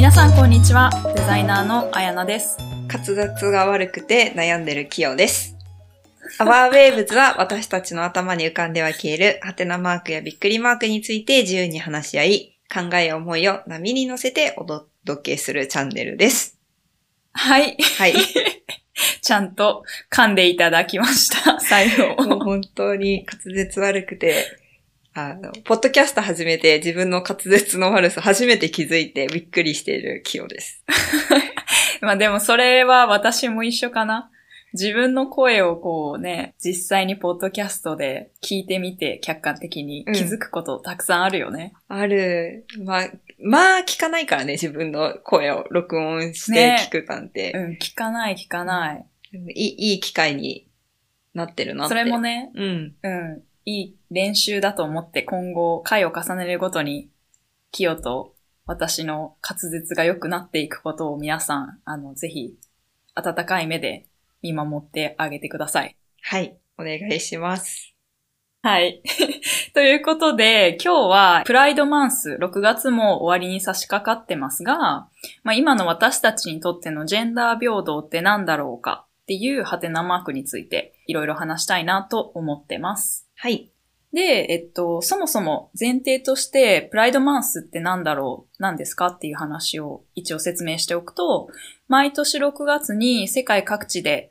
皆さんこんにちは。デザイナーのあやなです。 滑舌が悪くて悩んでるキヨです。アワーウェーブズは私たちの頭に浮かんでは消えるハテナマークやびっくりマークについて自由に話し合い、考えや思いを波に乗せてお届けするチャンネルです。 はい。 はい。 ちゃんと噛んでいただきました。最後。 もう本当に滑舌悪くて、ポッドキャスト始めて自分の滑舌の悪さ初めて気づいてびっくりしているキヨです。 まあでもそれは私も一緒かな。自分の声をこうね、実際にポッドキャストで聞いてみて客観的に気づくことたくさんあるよね。 ある。まあ聞かないからね、自分の声を録音して聞くなんて。 ね、聞かない。 いい機会になってるなって。 それもね、いい練習だと思って今後回を重ねるごとにキヨと私の滑舌が良くなっていくことを皆さん、ぜひ温かい目で見守ってあげてください。 はい、お願いします。 はい。ということで、今日はプライドマンス、6月も終わりに差し掛かってますが、今の私たちにとってのジェンダー平等って何だろうかっていうハテナマークについていろいろ話したいなと思ってます。 はい。 で、そもそも前提としてプライドマンスって何ですかっていう話を一応説明しておくと、毎年6月に世界各地で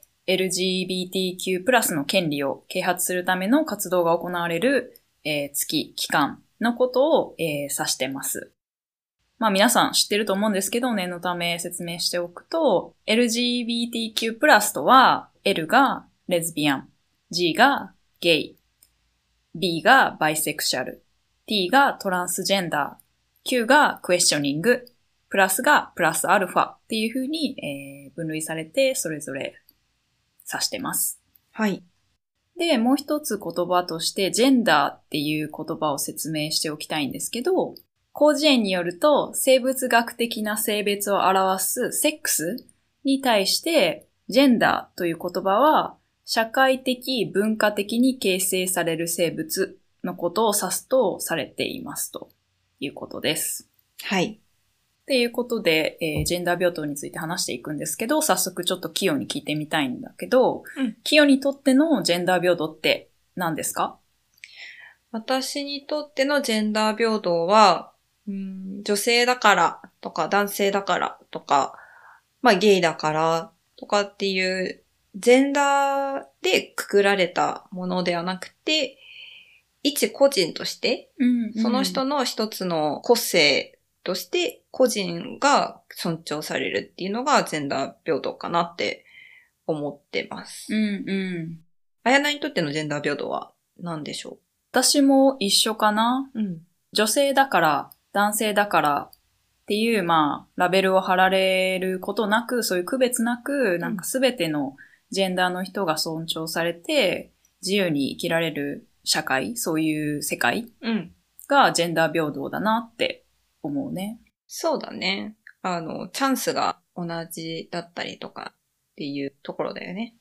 LGBTQ+ の権利を啓発するための活動が行われる、期間のことを、指してます。皆さん知ってると思うんですけど、念のため説明しておくと、LGBTQ+ とは、L がレズビアン、G がゲイ、B がバイセクシャル、T がトランスジェンダー、Q がクエスチョニング、プラスがプラスアルファっていう風に、分類されてそれぞれ指してます。 はい。 で、もう一つ言葉としてジェンダーっていう言葉を説明しておきたいんですけど、広辞苑によると生物学的な性別を表すセックスに対してジェンダーという言葉は社会的、文化的に形成される生物のことを指すとされていますということです。 はい。 っていうことで、ジェンダー平等について話していくんですけど、早速ちょっとキヨに聞いてみたいんだけど、キヨにとってのジェンダー平等って何ですか？ 私にとってのジェンダー平等は、女性だからとか男性だからとか、ゲイだからとかっていうジェンダーでくくられたものではなくて、一個人として、その人の一つの個性として個人が尊重されるっていうのがジェンダー平等かなって思ってます。あやなにとってのジェンダー平等は何でしょう？ 私も一緒かな。女性だから男性だからっていうラベルを貼られることなく、そういう区別なく、なんかすべてのジェンダーの人が尊重されて自由に生きられる社会、そういう世界がジェンダー平等だなって思うね。 そうだね。チャンスが同じだったりとかっていうところだよね。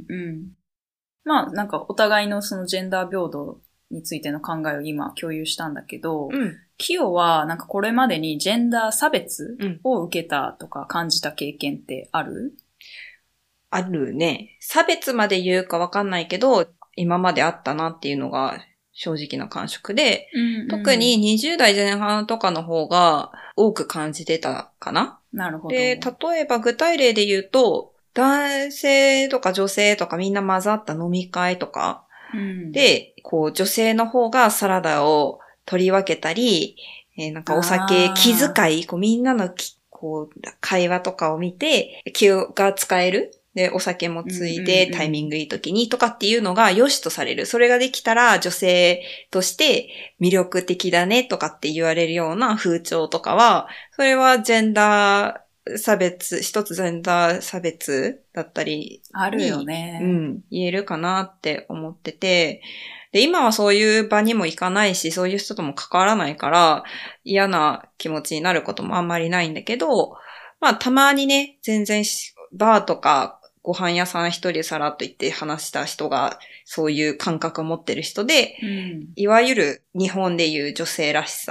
なんかお互いのそのジェンダー平等についての考えを今共有したんだけど、キヨはなんかこれまでにジェンダー差別を受けたとか感じた経験ってある？ あるね。差別まで言うかわかんないけど、今まであったなっていうのが正直な感触で、特に20代前半とかの方が多く感じてたかな。 なるほど。 で、例えば具体例で言うと、男性とか女性とかみんな混ざった飲み会とかで、女性の方がサラダを取り分けたり、なんかお酒、気遣い、みんなの会話とかを見て、気が使える。で、お酒もついでタイミングいい時にとかっていうのが良しとされる。それができたら女性として魅力的だねとかって言われるような風潮とかは、それはジェンダー差別、一つジェンダー差別だったり。 あるよね。 言えるかなって思ってて。で、今はそういう場にも行かないし、そういう人とも関わらないから、嫌な気持ちになることもあんまりないんだけど、たまにね、全然バーとか、ご飯屋さん一人さらっと行って話した人がそういう感覚を持ってる人で、いわゆる日本でいう女性らしさ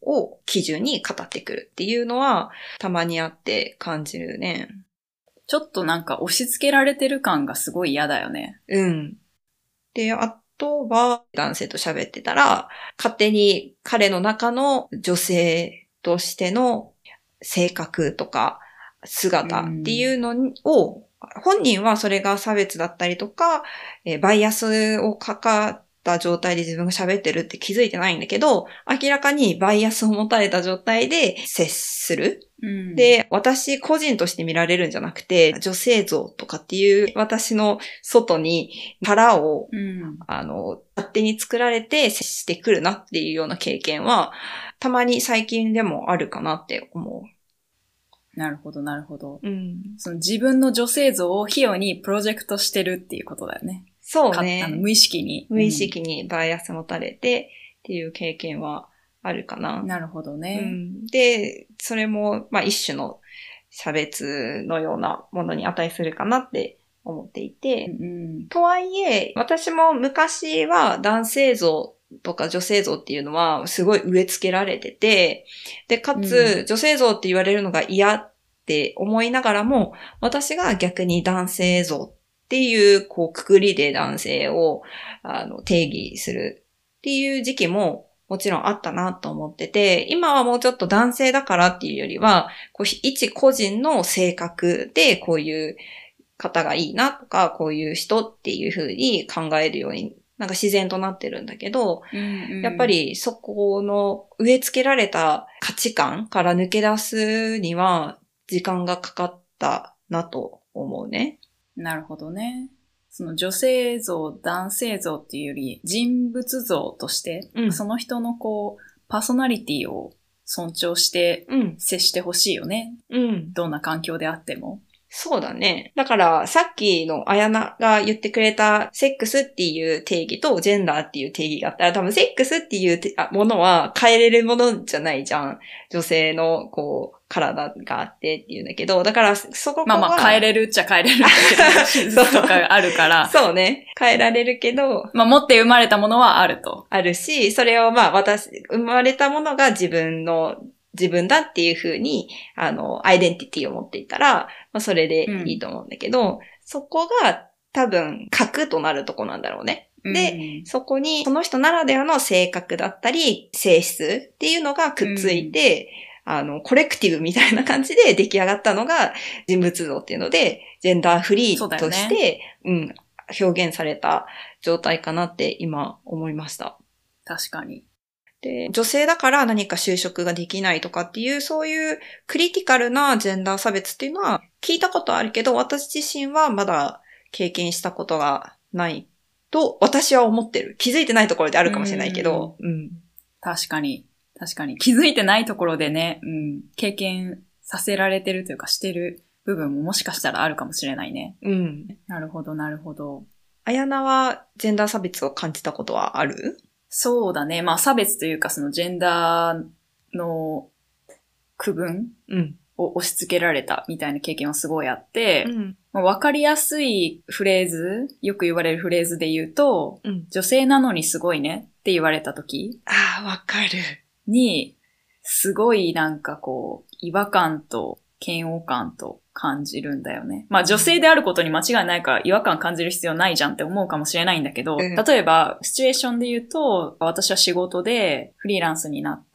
を基準に語ってくるっていうのはたまにあって感じるね。 ちょっとなんか押し付けられてる感がすごい嫌だよね。 うん。で、あとは男性と喋ってたら、勝手に彼の中の女性としての性格とか姿っていうのを、本人はそれが差別だったりとか、バイアスをかかった状態で自分が喋ってるって気づいてないんだけど、明らかにバイアスを持たれた状態で接する。で、私個人として見られるんじゃなくて、女性像とかっていう私の外に殻を、勝手に作られて接してくるなっていうような経験は、たまに最近でもあるかなって思う。 なるほど、なるほど。その自分の女性像を費用にプロジェクトしてるっていうことだよね。 そうね。 無意識に。 無意識にバイアス持たれてっていう経験はあるかな。 なるほどね。 で、それも、一種の差別のようなものに値するかなって思っていて、とはいえ、私も昔は男性像とか女性像っていうのはすごい植え付けられてて、で、かつ、女性像って言われるのが嫌って思いながらも、私が逆に男性像っていう、くくりで男性を、定義するっていう時期ももちろんあったなと思ってて、今はもうちょっと男性だからっていうよりは、一個人の性格でこういう方がいいなとか、こういう人っていう風に考えるように、なんか自然となってるんだけど、やっぱりそこの植え付けられた価値観から抜け出すには時間がかかったなと思うね。 なるほどね。その女性像、男性像っていうより人物像として、その人のパーソナリティを尊重して接してほしいよね。どんな環境であっても。 そうだね。だから、さっきのあやなが言ってくれたセックスっていう定義とジェンダーっていう定義があったら、多分セックスっていうものは変えれるものじゃないじゃん。女性の、体があってっていうんだけど、だからそこは変えれるっちゃ変えれるんだけど、手術とかがあるから。 そうね。変えられるけど。 持って生まれたものはあると。 あるし、それを生まれたものが自分だっていう風に、アイデンティティを持っていたら、それでいいと思うんだけど、そこが多分核となるとこなんだろうね。で、そこにその人ならではの性格だったり、性質っていうのがくっついて、コレクティブみたいな感じで出来上がったのが人物像っていうので、ジェンダーフリーとして、表現された状態かなって今思いました。 確かに。 で、女性だから何か就職ができないとかっていう、そういうクリティカルなジェンダー差別っていうのは聞いたことあるけど、私自身はまだ経験したことがないと私は思ってる。気づいてないところであるかもしれないけど。 確かに。確かに。気づいてないところでね、経験させられてるというかしてる部分ももしかしたらあるかもしれないね。なるほど、なるほど。 あやなはジェンダー差別を感じたことはある？ そうだね。差別というかそのジェンダーの区分を押し付けられたみたいな経験はすごいあって、わかりやすいフレーズ、よく言われるフレーズで言うと、女性なのにすごいねって言われたとき。 わかる。 に、すごいなんか違和感と嫌悪感と感じるんだよね。女性であることに間違いないから違和感感じる必要ないじゃんって思うかもしれないんだけど、例えばシチュエーションで言うと、私は仕事でフリーランスになって、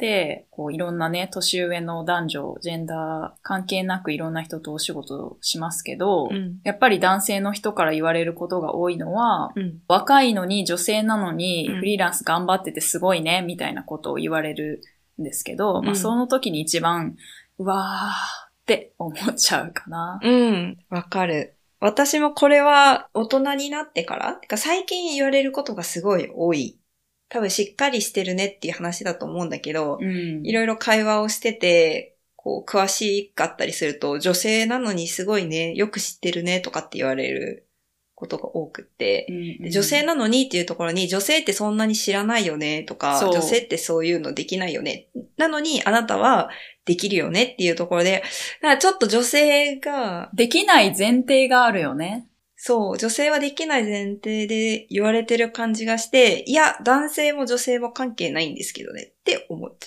いろんなね、年上の男女、ジェンダー関係なくいろんな人とお仕事をしますけど、やっぱり男性の人から言われることが多いのは、若いのに女性なのにフリーランス頑張っててすごいね、みたいなことを言われるんですけど、その時に一番、うわーって思っちゃうかな。 わかる。私もこれは大人になってから、最近言われることがすごい多い。多分しっかりしてるねっていう話だと思うんだけど、いろいろ会話をしてて、詳しかったりすると、女性なのにすごいね、よく知ってるねとかって言われることが多くって、女性なのにっていうところに、女性ってそんなに知らないよねとか、女性ってそういうのできないよね。なのにあなたはできるよねっていうところで、ちょっと女性ができない前提があるよね。 そう、女性はできない前提で言われてる感じがして、いや、男性も女性も関係ないんですけどねって思っちゃう。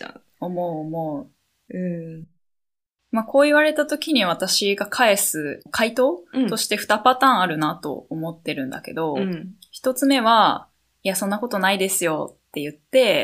思う。うん。 まあ、こう言われた時に私が返す回答として2パターンあるなと思ってるんだけど、1つ目は、いや、そんなことないですよって言って、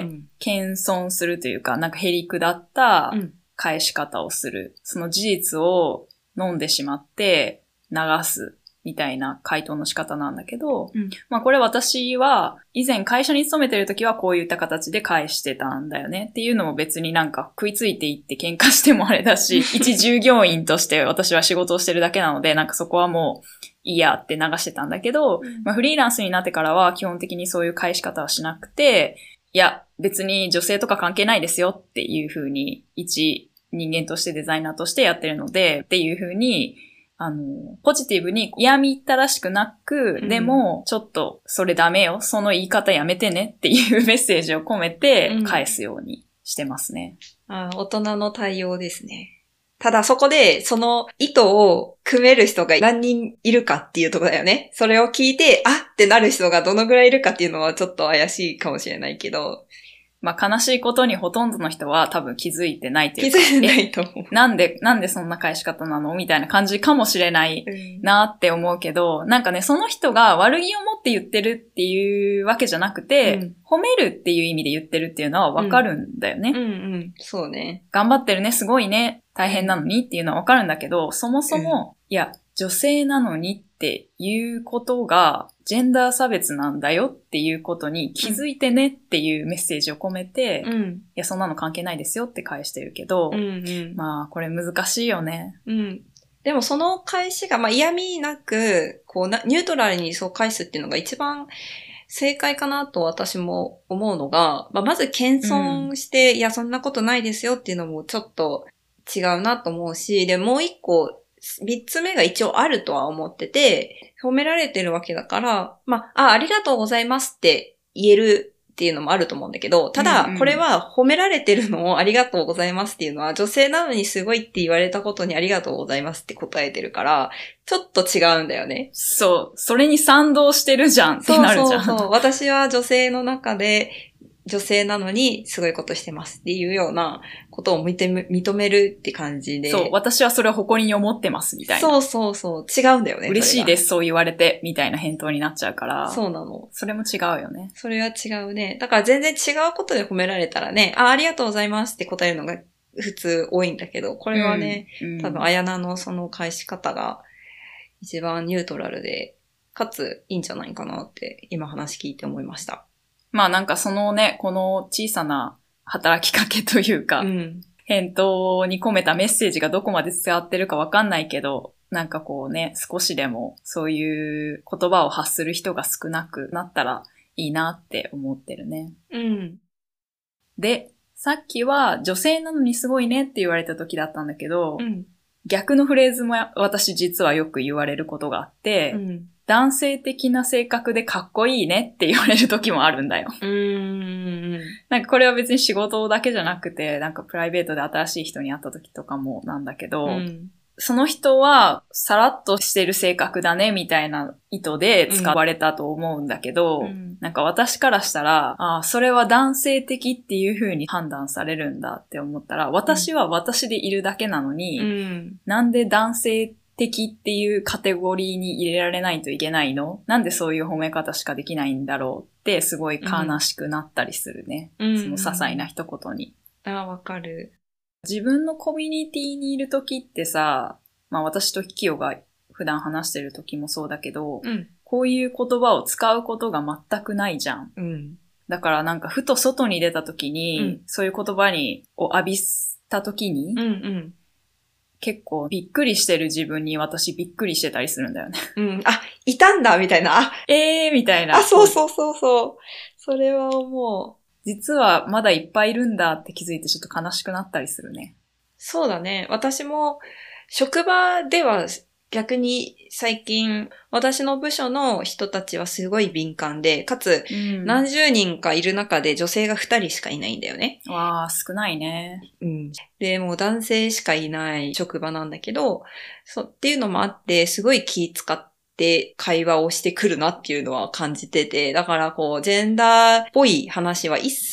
謙遜するというか、なんかへりくだった返し方をする。その事実を飲んでしまって流すみたいな回答の仕方なんだけど、まあこれ私は以前会社に勤めてる時はこういった形で返してたんだよねっていうのも別になんか食いついていって喧嘩してもあれだし、一従業員として私は仕事をしてるだけなので、なんかそこはもういいやって流してたんだけど、まあフリーランスになってからは基本的にそういう返し方はしなくて、いや別に女性とか関係ないですよっていう風に一人間としてデザイナーとしてやってるのでっていう風にポジティブに嫌みったらしくなく、でも、ちょっと、それダメよ。その言い方やめてねっていうメッセージを込めて返すようにしてますね。 大人の対応ですね。ただそこで、その意図を組める人が何人いるかっていうところだよね。それを聞いて、あってなる人がどのぐらいいるかっていうのはちょっと怪しいかもしれないけど。 まあ悲しいことにほとんどの人は多分気づいてないというか。 気づいてないと思う。 なんでそんな返し方なのみたいな感じかもしれないなって思うけど、なんかね、その人が悪気を持って言ってるっていうわけじゃなくて、褒めるっていう意味で言ってるっていうのはわかるんだよね。 そうね。 頑張ってるね、すごいね、大変なのにっていうのはわかるんだけど、そもそも、いや、女性なのにっていうことがジェンダー差別なんだよっていうことに気づいてねっていうメッセージを込めて、いやそんなの関係ないですよって返してるけど、まあこれ難しいよね。 でもその返しがまあ嫌味なくこうニュートラルにそう返すっていうのが一番正解かなと私も思うのが、まず謙遜して、いやそんなことないですよっていうのもちょっと違うなと思うし、でもう一個三つ目が一応あるとは思ってて、褒められてるわけだから、まあ、ありがとうございますって言えるっていうのもあると思うんだけど、ただ、これは褒められてるのをありがとうございますっていうのは、女性なのにすごいって言われたことにありがとうございますって答えてるから、ちょっと違うんだよね。 そう。それに賛同してるじゃんってなるじゃん。 そう。私は女性の中で、女性なのにすごいことしてますっていうようなことを認めるって感じで。 そう、私はそれを誇りに思ってますみたいな。そう。違うんだよね。 嬉しいです、そう言われて、みたいな返答になっちゃうから。 そうなの。 それも違うよね。 それは違うね。だから全然違うことで褒められたらね、ありがとうございますって答えるのが普通多いんだけど、これはね、多分あやなのその返し方が一番ニュートラルで、かついいんじゃないかなって今話聞いて思いました。 まあなんかそのね、この小さな働きかけというか、返答に込めたメッセージがどこまで伝わってるかわかんないけど、なんかこうね、少しでもそういう言葉を発する人が少なくなったらいいなって思ってるね。で、さっきは女性なのにすごいねって言われた時だったんだけど、逆のフレーズも私実はよく言われることがあって、男性的な性格でかっこいいねって言われる時もあるんだよ。なんかこれは別に仕事だけじゃなくて、なんかプライベートで新しい人に会った時とかもなんだけど、その人はさらっとしてる性格だねみたいな意図で使われたと思うんだけど、なんか私からしたら、それは男性的っていう風に判断されるんだって思ったら、私は私でいるだけなのに、なんで男性的っていうカテゴリーに入れられないといけないの？なんでそういう褒め方しかできないんだろうってすごい悲しくなったりするね。その些細な一言に。 わかる。 自分のコミュニティにいる時ってさ、まあ私とキヨが普段話してる時もそうだけど、こういう言葉を使うことが全くないじゃん。だからなんかふと外に出た時に、そういう言葉を浴びた時に、結構びっくりしてる自分に私びっくりしてたりするんだよね。 いたんだみたいな。 みたいな。 そう。それは思う。 実はまだいっぱいいるんだって気づいてちょっと悲しくなったりするね。 そうだね。私も職場では逆に最近私の部署の人たちはすごい敏感で、かつ何十人かいる中で女性が2人しかいないんだよね。 わー、少ないね。 で、もう男性しかいない職場なんだけど、っていうのもあってすごい気使って会話をしてくるなっていうのは感じてて、だからこうジェンダーっぽい話は一切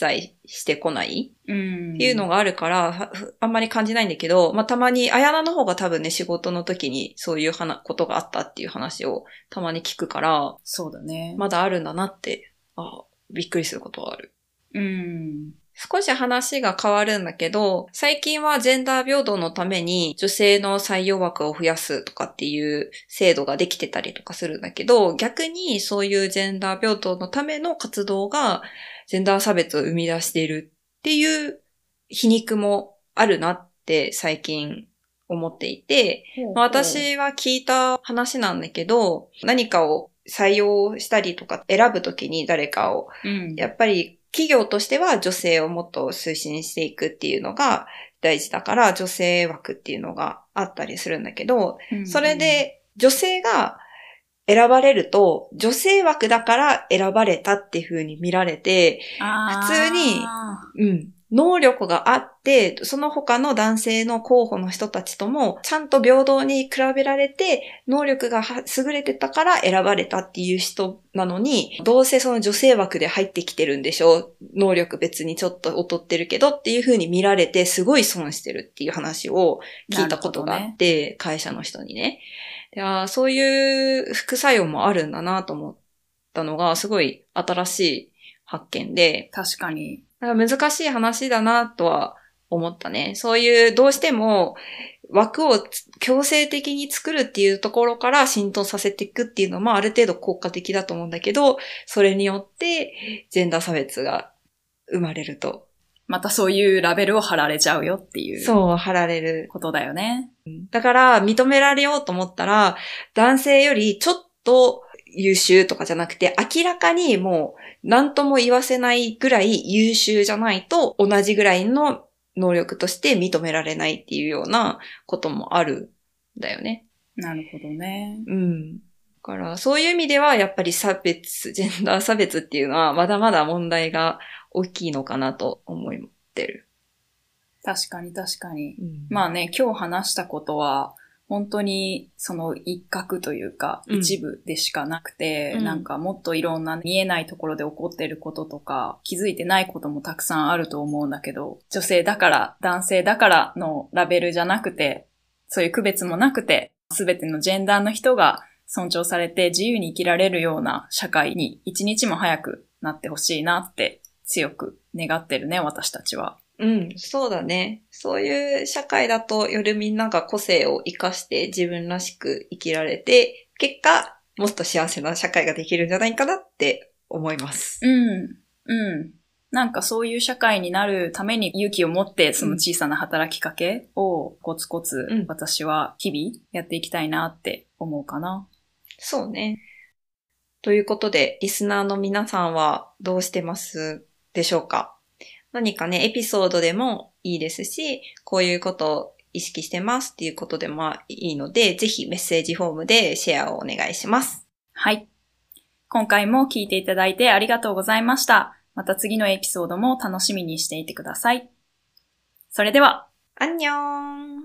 してこないっていうのがあるから、あんまり感じないんだけど、まあ、たまに、あやなの方が多分ね、仕事の時にそういうことがあったっていう話をたまに聞くから、 そうだね。 まだあるんだなって、びっくりすることはある。少し話が変わるんだけど、最近はジェンダー平等のために女性の採用枠を増やすとかっていう制度ができてたりとかするんだけど、逆にそういうジェンダー平等のための活動がジェンダー差別を生み出しているっていう皮肉もあるなって最近思っていて、私は聞いた話なんだけど、何かを採用したりとか選ぶときに誰かを、やっぱり企業としては女性をもっと推進していくっていうのが大事だから女性枠っていうのがあったりするんだけど、それで女性が選ばれると女性枠だから選ばれたっていう風に見られて、普通に、能力があって、その他の男性の候補の人たちともちゃんと平等に比べられて、能力が優れてたから選ばれたっていう人なのに、どうせその女性枠で入ってきてるんでしょ？能力別にちょっと劣ってるけどっていう風に見られて、すごい損してるっていう話を聞いたことがあって、会社の人にね。そういう副作用もあるんだなと思ったのが、すごい新しい発見で。 確かに。 難しい話だなとは思ったね。そういうどうしても枠を強制的に作るっていうところから浸透させていくっていうのもある程度効果的だと思うんだけど、それによってジェンダー差別が生まれると。 またそういうラベルを貼られちゃうよっていう。 そう、貼られる。 ことだよね。 だから認められようと思ったら、男性よりちょっと優秀とかじゃなくて、明らかにもう何とも言わせないぐらい優秀じゃないと同じぐらいの能力として認められないっていうようなこともあるんだよね。 なるほどね。 だからそういう意味ではやっぱりジェンダー差別っていうのはまだまだ問題が大きいのかなと思ってる。 確かに確かに。まあね、今日話したことは本当にその一角というか一部でしかなくて、なんかもっといろんな見えないところで起こっていることとか気づいてないこともたくさんあると思うんだけど、女性だから男性だからのラベルじゃなくて、そういう区別もなくて、すべてのジェンダーの人が尊重されて自由に生きられるような社会に一日も早くなってほしいなって強く願ってるね、私たちは。 そうだね。そういう社会だとよりみんなが個性を生かして自分らしく生きられて、結果、もっと幸せな社会ができるんじゃないかなって思います。 なんかそういう社会になるために勇気を持ってその小さな働きかけをコツコツ私は日々やっていきたいなって思うかな。 そうね。ということで、リスナーの皆さんはどうしてますでしょうか？何かね、エピソードでもいいですし、こういうことを意識してますっていうことでもいいので、ぜひメッセージフォームでシェアをお願いします。 はい。今回も聞いていただいてありがとうございました。また次のエピソードも楽しみにしていてください。それでは、 アンニョン。